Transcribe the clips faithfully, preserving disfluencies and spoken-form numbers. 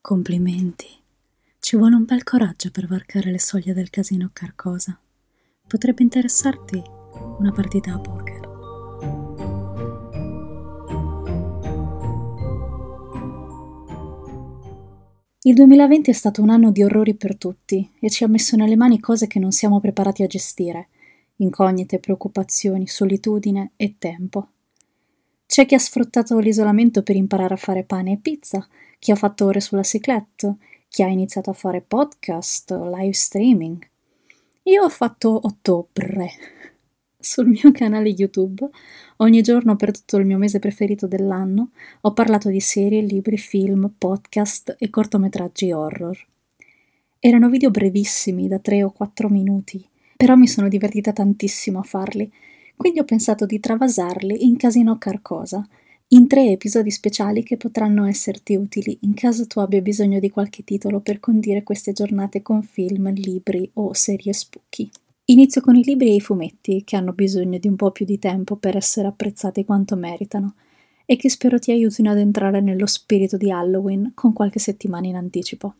Complimenti. Ci vuole un bel coraggio per varcare le soglie del casino Carcosa. Potrebbe interessarti una partita a poker. Il duemilaventi è stato un anno di orrori per tutti e ci ha messo nelle mani cose che non siamo preparati a gestire: incognite, preoccupazioni, solitudine e tempo. C'è chi ha sfruttato l'isolamento per imparare a fare pane e pizza, chi ha fatto ore sulla cyclette, chi ha iniziato a fare podcast, live streaming. Io ho fatto ottobre. Sul mio canale YouTube, ogni giorno per tutto il mio mese preferito dell'anno, ho parlato di serie, libri, film, podcast e cortometraggi horror. Erano video brevissimi, da tre o quattro minuti, però mi sono divertita tantissimo a farli, quindi ho pensato di travasarli in Casino Carcosa, in tre episodi speciali che potranno esserti utili in caso tu abbia bisogno di qualche titolo per condire queste giornate con film, libri o serie spooky. Inizio con i libri e i fumetti, che hanno bisogno di un po' più di tempo per essere apprezzati quanto meritano, e che spero ti aiutino ad entrare nello spirito di Halloween con qualche settimana in anticipo.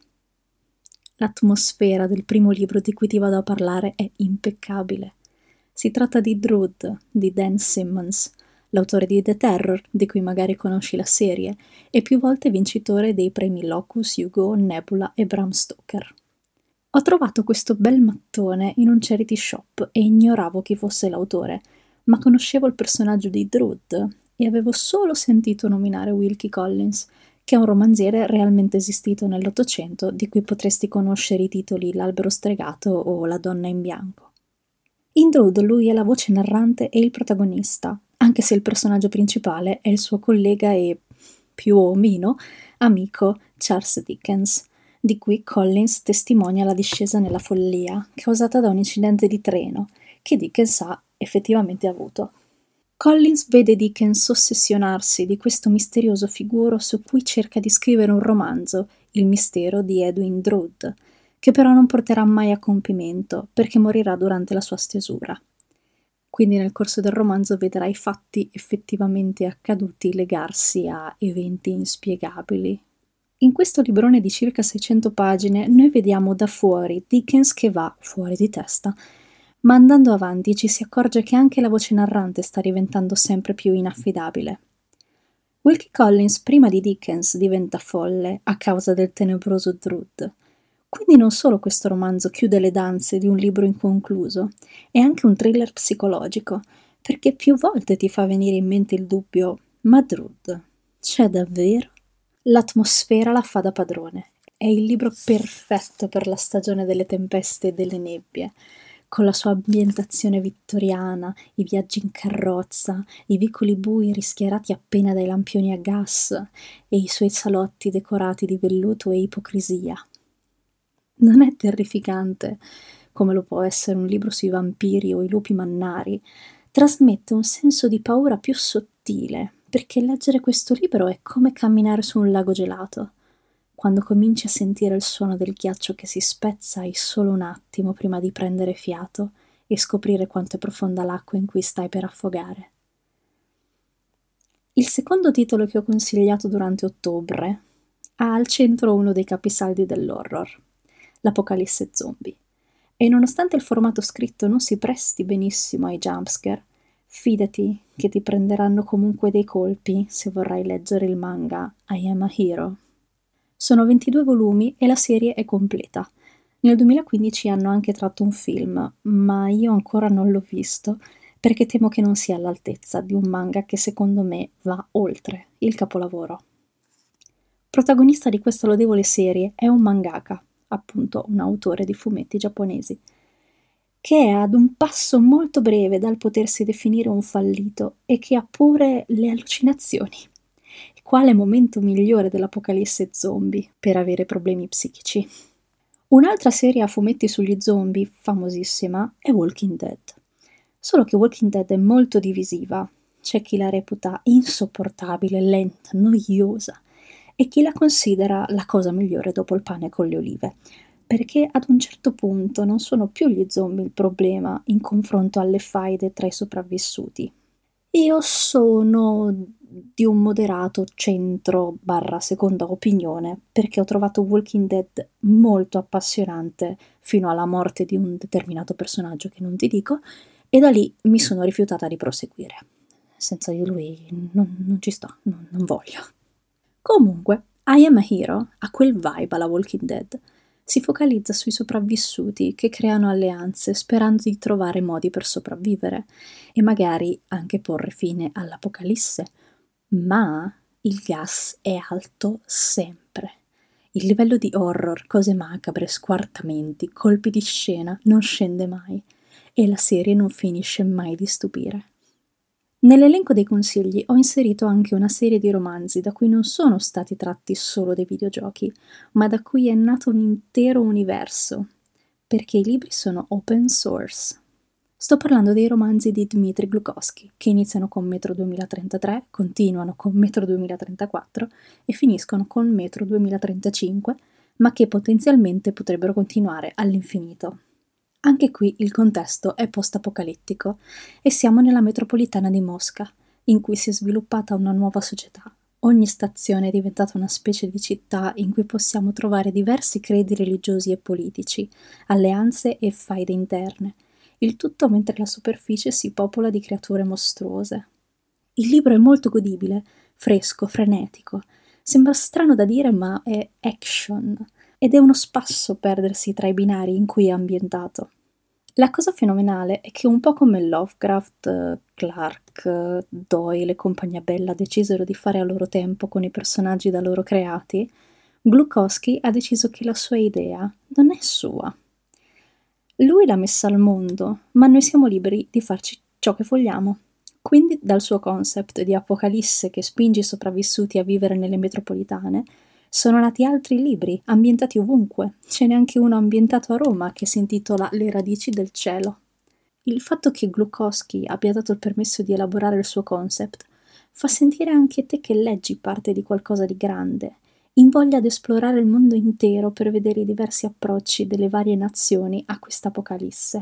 L'atmosfera del primo libro di cui ti vado a parlare è impeccabile. Si tratta di Drood, di Dan Simmons, l'autore di The Terror, di cui magari conosci la serie, e più volte vincitore dei premi Locus, Hugo, Nebula e Bram Stoker. Ho trovato questo bel mattone in un charity shop e ignoravo chi fosse l'autore, ma conoscevo il personaggio di Drood e avevo solo sentito nominare Wilkie Collins, che è un romanziere realmente esistito nell'Ottocento, di cui potresti conoscere i titoli L'albero stregato o La donna in bianco. In Drood lui è la voce narrante e il protagonista, anche se il personaggio principale è il suo collega e, più o meno, amico Charles Dickens, di cui Collins testimonia la discesa nella follia causata da un incidente di treno che Dickens ha effettivamente avuto. Collins vede Dickens ossessionarsi di questo misterioso figuro su cui cerca di scrivere un romanzo, Il mistero di Edwin Drood, che però non porterà mai a compimento perché morirà durante la sua stesura. Quindi nel corso del romanzo vedrai fatti effettivamente accaduti legarsi a eventi inspiegabili. In questo librone di circa seicento pagine noi vediamo da fuori Dickens che va fuori di testa, ma andando avanti ci si accorge che anche la voce narrante sta diventando sempre più inaffidabile. Wilkie Collins prima di Dickens diventa folle a causa del tenebroso Drood. Quindi non solo questo romanzo chiude le danze di un libro inconcluso, è anche un thriller psicologico, perché più volte ti fa venire in mente il dubbio: ma Drood c'è davvero? L'atmosfera la fa da padrone. È il libro perfetto per la stagione delle tempeste e delle nebbie, con la sua ambientazione vittoriana, i viaggi in carrozza, i vicoli bui rischiarati appena dai lampioni a gas e i suoi salotti decorati di velluto e ipocrisia. Non è terrificante, come lo può essere un libro sui vampiri o i lupi mannari, trasmette un senso di paura più sottile, perché leggere questo libro è come camminare su un lago gelato. Quando cominci a sentire il suono del ghiaccio che si spezza, hai solo un attimo prima di prendere fiato e scoprire quanto è profonda l'acqua in cui stai per affogare. Il secondo titolo che ho consigliato durante ottobre ha al centro uno dei capisaldi dell'horror: l'Apocalisse zombie. E nonostante il formato scritto non si presti benissimo ai jumpscare, fidati che ti prenderanno comunque dei colpi se vorrai leggere il manga I Am a Hero. Sono ventidue volumi e la serie è completa. Nel duemilaquindici hanno anche tratto un film, ma io ancora non l'ho visto perché temo che non sia all'altezza di un manga che secondo me va oltre il capolavoro. Protagonista di questa lodevole serie è un mangaka, appunto un autore di fumetti giapponesi, che è ad un passo molto breve dal potersi definire un fallito e che ha pure le allucinazioni. Quale momento migliore dell'Apocalisse zombie per avere problemi psichici? Un'altra serie a fumetti sugli zombie famosissima è Walking Dead. Solo che Walking Dead è molto divisiva. C'è chi la reputa insopportabile, lenta, noiosa, e chi la considera la cosa migliore dopo il pane con le olive, perché ad un certo punto non sono più gli zombie il problema in confronto alle faide tra i sopravvissuti. Io sono di un moderato centro barra seconda opinione, perché ho trovato Walking Dead molto appassionante fino alla morte di un determinato personaggio che non ti dico, e da lì mi sono rifiutata di proseguire. Senza di lui non, non ci sto, non, non voglio. Comunque, I Am a Hero ha quel vibe alla Walking Dead. Si focalizza sui sopravvissuti che creano alleanze sperando di trovare modi per sopravvivere e magari anche porre fine all'apocalisse. Ma il gas è alto sempre. Il livello di horror, cose macabre, squartamenti, colpi di scena non scende mai e la serie non finisce mai di stupire. Nell'elenco dei consigli ho inserito anche una serie di romanzi da cui non sono stati tratti solo dei videogiochi, ma da cui è nato un intero universo, perché i libri sono open source. Sto parlando dei romanzi di Dmitry Glukhovsky, che iniziano con Metro duemilatrentatré, continuano con Metro duemilatrentaquattro e finiscono con Metro duemilatrentacinque, ma che potenzialmente potrebbero continuare all'infinito. Anche qui il contesto è post-apocalittico e siamo nella metropolitana di Mosca, in cui si è sviluppata una nuova società. Ogni stazione è diventata una specie di città in cui possiamo trovare diversi credi religiosi e politici, alleanze e faide interne, il tutto mentre la superficie si popola di creature mostruose. Il libro è molto godibile, fresco, frenetico. Sembra strano da dire, ma è action. Ed è uno spasso perdersi tra i binari in cui è ambientato. La cosa fenomenale è che un po' come Lovecraft, Clark, Doyle e compagnia bella decisero di fare a loro tempo con i personaggi da loro creati, Glukhovsky ha deciso che la sua idea non è sua. Lui l'ha messa al mondo, ma noi siamo liberi di farci ciò che vogliamo. Quindi dal suo concept di apocalisse che spinge i sopravvissuti a vivere nelle metropolitane, sono nati altri libri, ambientati ovunque. Ce n'è anche uno ambientato a Roma che si intitola Le radici del cielo. Il fatto che Glukhovsky abbia dato il permesso di elaborare il suo concept fa sentire anche te che leggi parte di qualcosa di grande, in voglia di esplorare il mondo intero per vedere i diversi approcci delle varie nazioni a questa apocalisse.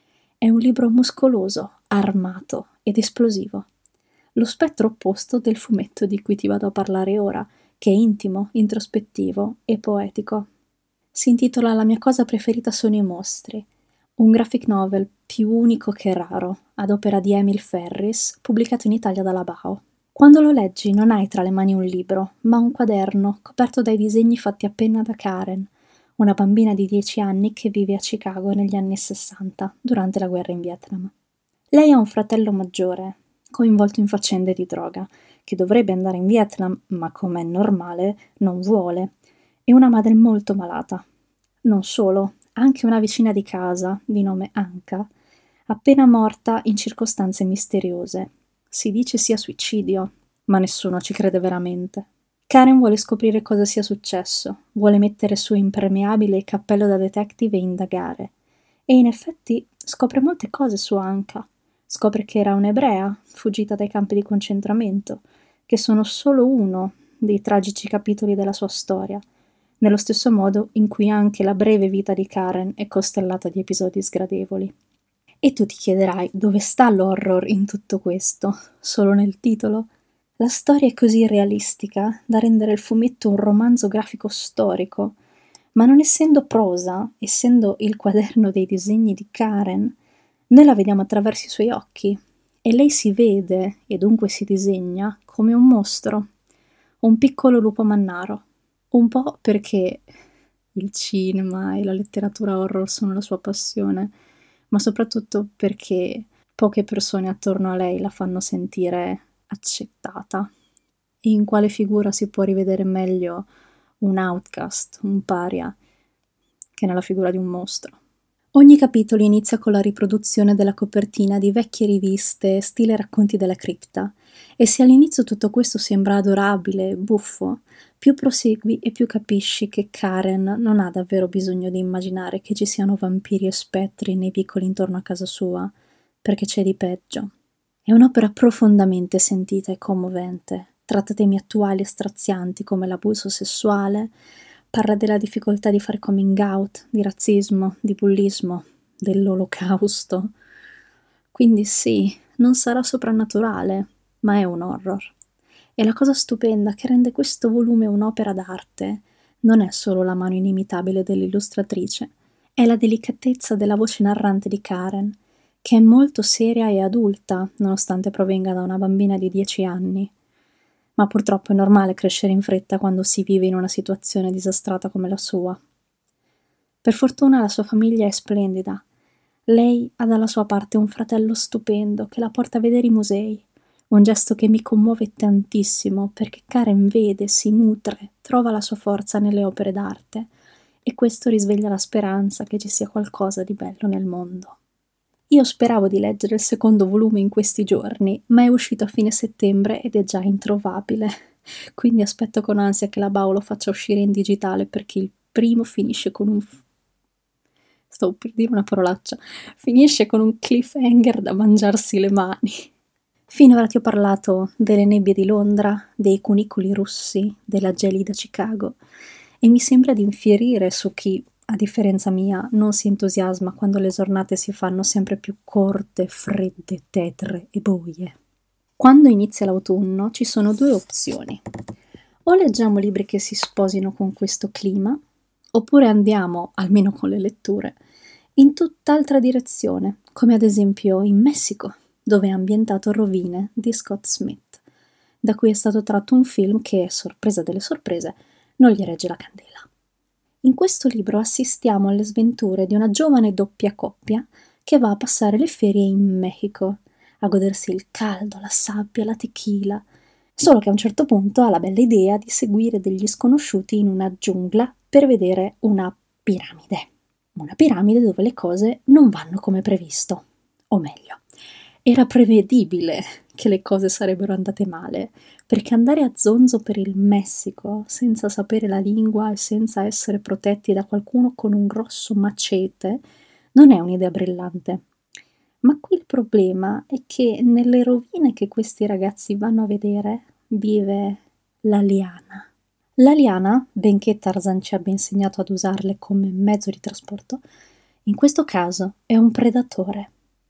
È un libro muscoloso, armato ed esplosivo. Lo spettro opposto del fumetto di cui ti vado a parlare ora, che è intimo, introspettivo e poetico. Si intitola La mia cosa preferita sono i mostri, un graphic novel più unico che raro, ad opera di Emil Ferris, pubblicato in Italia dalla Bao. Quando lo leggi non hai tra le mani un libro, ma un quaderno coperto dai disegni fatti appena da Karen, una bambina di dieci anni che vive a Chicago negli anni sessanta, durante la guerra in Vietnam. Lei ha un fratello maggiore, coinvolto in faccende di droga, che dovrebbe andare in Vietnam, ma come è normale, non vuole, e una madre molto malata. Non solo, anche una vicina di casa, di nome Anka, appena morta in circostanze misteriose. Si dice sia suicidio, ma nessuno ci crede veramente. Karen vuole scoprire cosa sia successo, vuole mettere su impermeabile il cappello da detective e indagare. E in effetti scopre molte cose su Anka. Scopre che era un'ebrea, fuggita dai campi di concentramento, che sono solo uno dei tragici capitoli della sua storia, nello stesso modo in cui anche la breve vita di Karen è costellata di episodi sgradevoli. E tu ti chiederai dove sta l'horror in tutto questo? Solo nel titolo? La storia è così realistica da rendere il fumetto un romanzo grafico storico, ma non essendo prosa, essendo il quaderno dei disegni di Karen, noi la vediamo attraverso i suoi occhi e lei si vede, e dunque si disegna, come un mostro, un piccolo lupo mannaro, un po' perché il cinema e la letteratura horror sono la sua passione, ma soprattutto perché poche persone attorno a lei la fanno sentire accettata. E in quale figura si può rivedere meglio un outcast, un paria, che nella figura di un mostro? Ogni capitolo inizia con la riproduzione della copertina di vecchie riviste stile racconti della cripta, e se all'inizio tutto questo sembra adorabile e buffo, più prosegui e più capisci che Karen non ha davvero bisogno di immaginare che ci siano vampiri e spettri nei vicoli intorno a casa sua, perché c'è di peggio. È un'opera profondamente sentita e commovente, tratta temi attuali e strazianti come l'abuso sessuale, parla della difficoltà di fare coming out, di razzismo, di bullismo, dell'olocausto. Quindi sì, non sarà soprannaturale, ma è un horror. E la cosa stupenda che rende questo volume un'opera d'arte non è solo la mano inimitabile dell'illustratrice, è la delicatezza della voce narrante di Karen, che è molto seria e adulta, nonostante provenga da una bambina di dieci anni. Ma purtroppo è normale crescere in fretta quando si vive in una situazione disastrata come la sua. Per fortuna la sua famiglia è splendida. Lei ha dalla sua parte un fratello stupendo che la porta a vedere i musei, un gesto che mi commuove tantissimo perché Karen vede, si nutre, trova la sua forza nelle opere d'arte e questo risveglia la speranza che ci sia qualcosa di bello nel mondo. Io speravo di leggere il secondo volume in questi giorni, ma è uscito a fine settembre ed è già introvabile. Quindi aspetto con ansia che la Bao lo faccia uscire in digitale perché il primo finisce con un... F- Stavo per dire una parolaccia. Finisce con un cliffhanger da mangiarsi le mani. Finora ti ho parlato delle nebbie di Londra, dei cunicoli russi, della gelida Chicago e mi sembra di infierire su chi, a differenza mia, non si entusiasma quando le giornate si fanno sempre più corte, fredde, tetre e buie. Quando inizia l'autunno ci sono due opzioni. O leggiamo libri che si sposino con questo clima, oppure andiamo, almeno con le letture, in tutt'altra direzione, come ad esempio in Messico, dove è ambientato Rovine di Scott Smith, da cui è stato tratto un film che, sorpresa delle sorprese, non gli regge la candela. In questo libro assistiamo alle sventure di una giovane doppia coppia che va a passare le ferie in Mexico, a godersi il caldo, la sabbia, la tequila, solo che a un certo punto ha la bella idea di seguire degli sconosciuti in una giungla per vedere una piramide. Una piramide dove le cose non vanno come previsto. O meglio, era prevedibile che le cose sarebbero andate male, perché andare a zonzo per il Messico, senza sapere la lingua e senza essere protetti da qualcuno con un grosso macete, non è un'idea brillante. Ma qui il problema è che nelle rovine che questi ragazzi vanno a vedere vive la liana. La liana, benché Tarzan ci abbia insegnato ad usarle come mezzo di trasporto, in questo caso è un predatore.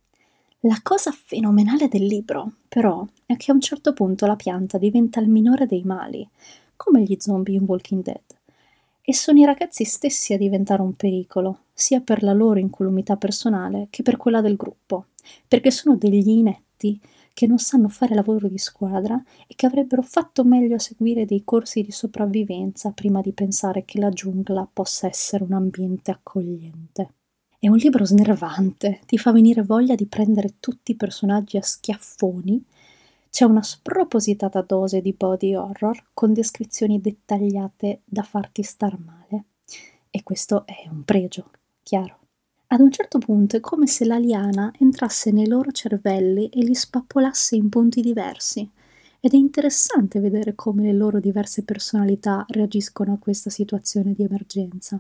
La cosa fenomenale del libro, però, è che a un certo punto la pianta diventa il minore dei mali, come gli zombie in Walking Dead, e sono i ragazzi stessi a diventare un pericolo, sia per la loro incolumità personale che per quella del gruppo, perché sono degli inetti che non sanno fare lavoro di squadra e che avrebbero fatto meglio a seguire dei corsi di sopravvivenza prima di pensare che la giungla possa essere un ambiente accogliente. È un libro snervante, ti fa venire voglia di prendere tutti i personaggi a schiaffoni. C'è una spropositata dose di body horror con descrizioni dettagliate da farti star male. E questo è un pregio, chiaro. Ad un certo punto è come se la liana entrasse nei loro cervelli e li spappolasse in punti diversi. Ed è interessante vedere come le loro diverse personalità reagiscono a questa situazione di emergenza.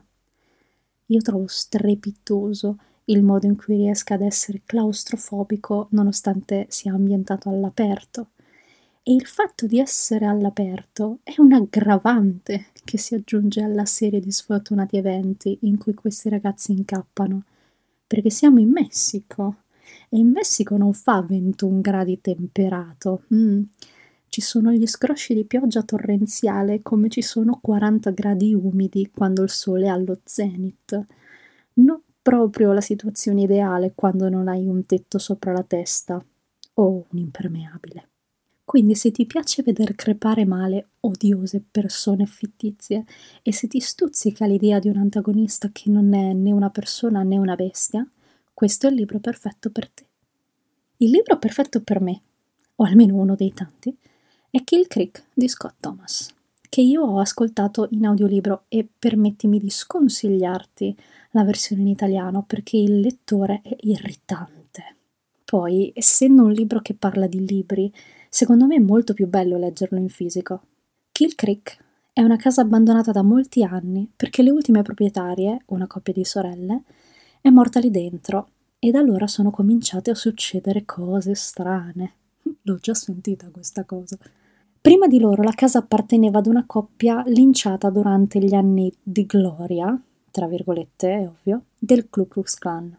Io trovo strepitoso il modo in cui riesca ad essere claustrofobico nonostante sia ambientato all'aperto. E il fatto di essere all'aperto è un aggravante che si aggiunge alla serie di sfortunati eventi in cui questi ragazzi incappano, perché siamo in Messico e in Messico non fa ventuno gradi temperato. Mm. Ci sono gli scrosci di pioggia torrenziale come ci sono quaranta gradi umidi quando il sole è allo zenith. Non proprio la situazione ideale quando non hai un tetto sopra la testa o un impermeabile. Quindi se ti piace veder crepare male odiose persone fittizie e se ti stuzzica l'idea di un antagonista che non è né una persona né una bestia, questo è il libro perfetto per te. Il libro perfetto per me, o almeno uno dei tanti, è Kill Creek di Scott Thomas, che io ho ascoltato in audiolibro e permettimi di sconsigliarti la versione in italiano perché il lettore è irritante. Poi, essendo un libro che parla di libri, secondo me è molto più bello leggerlo in fisico. Kill Creek è una casa abbandonata da molti anni perché le ultime proprietarie, una coppia di sorelle, è morta lì dentro e da allora sono cominciate a succedere cose strane. L'ho già sentita questa cosa. Prima di loro la casa apparteneva ad una coppia linciata durante gli anni di gloria, tra virgolette, è ovvio, del Ku Klux Klan.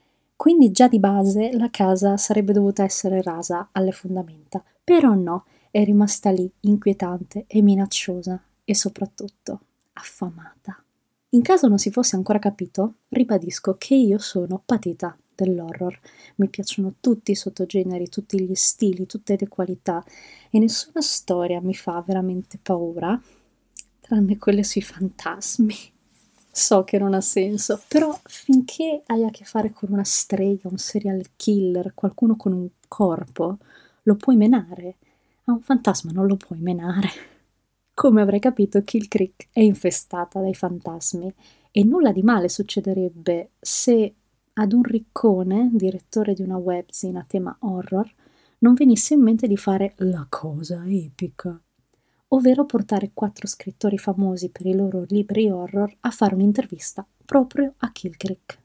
Quindi già di base la casa sarebbe dovuta essere rasa alle fondamenta, però no, è rimasta lì, inquietante e minacciosa, e soprattutto affamata. In caso non si fosse ancora capito, ribadisco che io sono patita dell'horror. Mi piacciono tutti i sottogeneri, tutti gli stili, tutte le qualità, e nessuna storia mi fa veramente paura, tranne quelle sui fantasmi. So che non ha senso, però finché hai a che fare con una strega, un serial killer, qualcuno con un corpo, lo puoi menare. A un fantasma non lo puoi menare. Come avrai capito, Kill Creek è infestata dai fantasmi e nulla di male succederebbe se ad un riccone, direttore di una webzine a tema horror, non venisse in mente di fare la cosa epica, ovvero portare quattro scrittori famosi per i loro libri horror a fare un'intervista proprio a Kill Creek.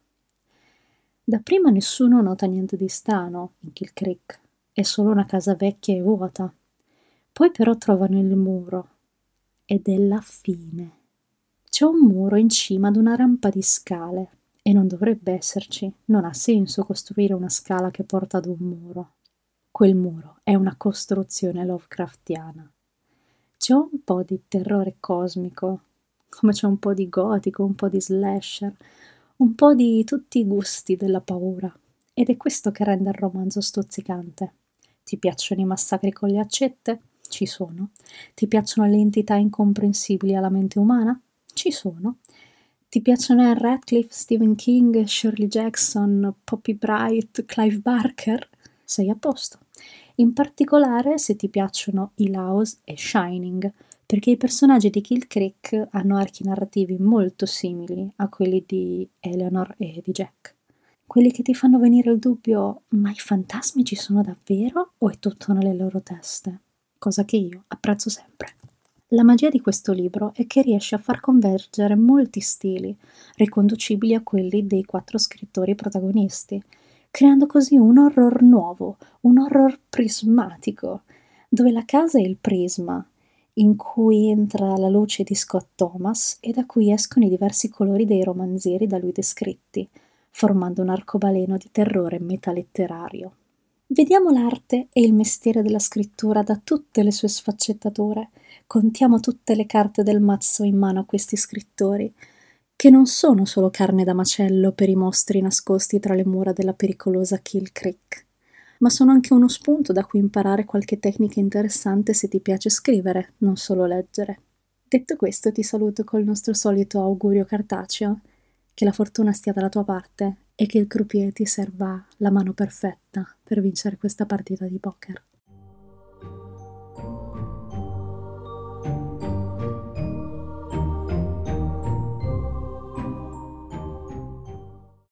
Dapprima nessuno nota niente di strano in Kill Creek, è solo una casa vecchia e vuota. Poi però trovano il muro, ed è la fine. C'è un muro in cima ad una rampa di scale, e non dovrebbe esserci, non ha senso costruire una scala che porta ad un muro. Quel muro è una costruzione Lovecraftiana. C'è un po' di terrore cosmico, come c'è un po' di gotico, un po' di slasher, un po' di tutti i gusti della paura, ed è questo che rende il romanzo stuzzicante. Ti piacciono i massacri con le accette? Ci sono. Ti piacciono le entità incomprensibili alla mente umana? Ci sono. Ti piacciono Anne Radcliffe, Stephen King, Shirley Jackson, Poppy Bright, Clive Barker? Sei a posto. In particolare se ti piacciono Hill House e Shining, perché i personaggi di Kill Creek hanno archi narrativi molto simili a quelli di Eleanor e di Jack. Quelli che ti fanno venire il dubbio: ma i fantasmi ci sono davvero o è tutto nelle loro teste? Cosa che io apprezzo sempre. La magia di questo libro è che riesce a far convergere molti stili, riconducibili a quelli dei quattro scrittori protagonisti, creando così un horror nuovo, un horror prismatico, dove la casa è il prisma, in cui entra la luce di Scott Thomas e da cui escono i diversi colori dei romanzieri da lui descritti, formando un arcobaleno di terrore metaletterario. Vediamo l'arte e il mestiere della scrittura da tutte le sue sfaccettature, contiamo tutte le carte del mazzo in mano a questi scrittori, che non sono solo carne da macello per i mostri nascosti tra le mura della pericolosa Kill Creek, ma sono anche uno spunto da cui imparare qualche tecnica interessante se ti piace scrivere, non solo leggere. Detto questo, ti saluto col nostro solito augurio cartaceo, che la fortuna stia dalla tua parte e che il croupier ti serva la mano perfetta per vincere questa partita di poker.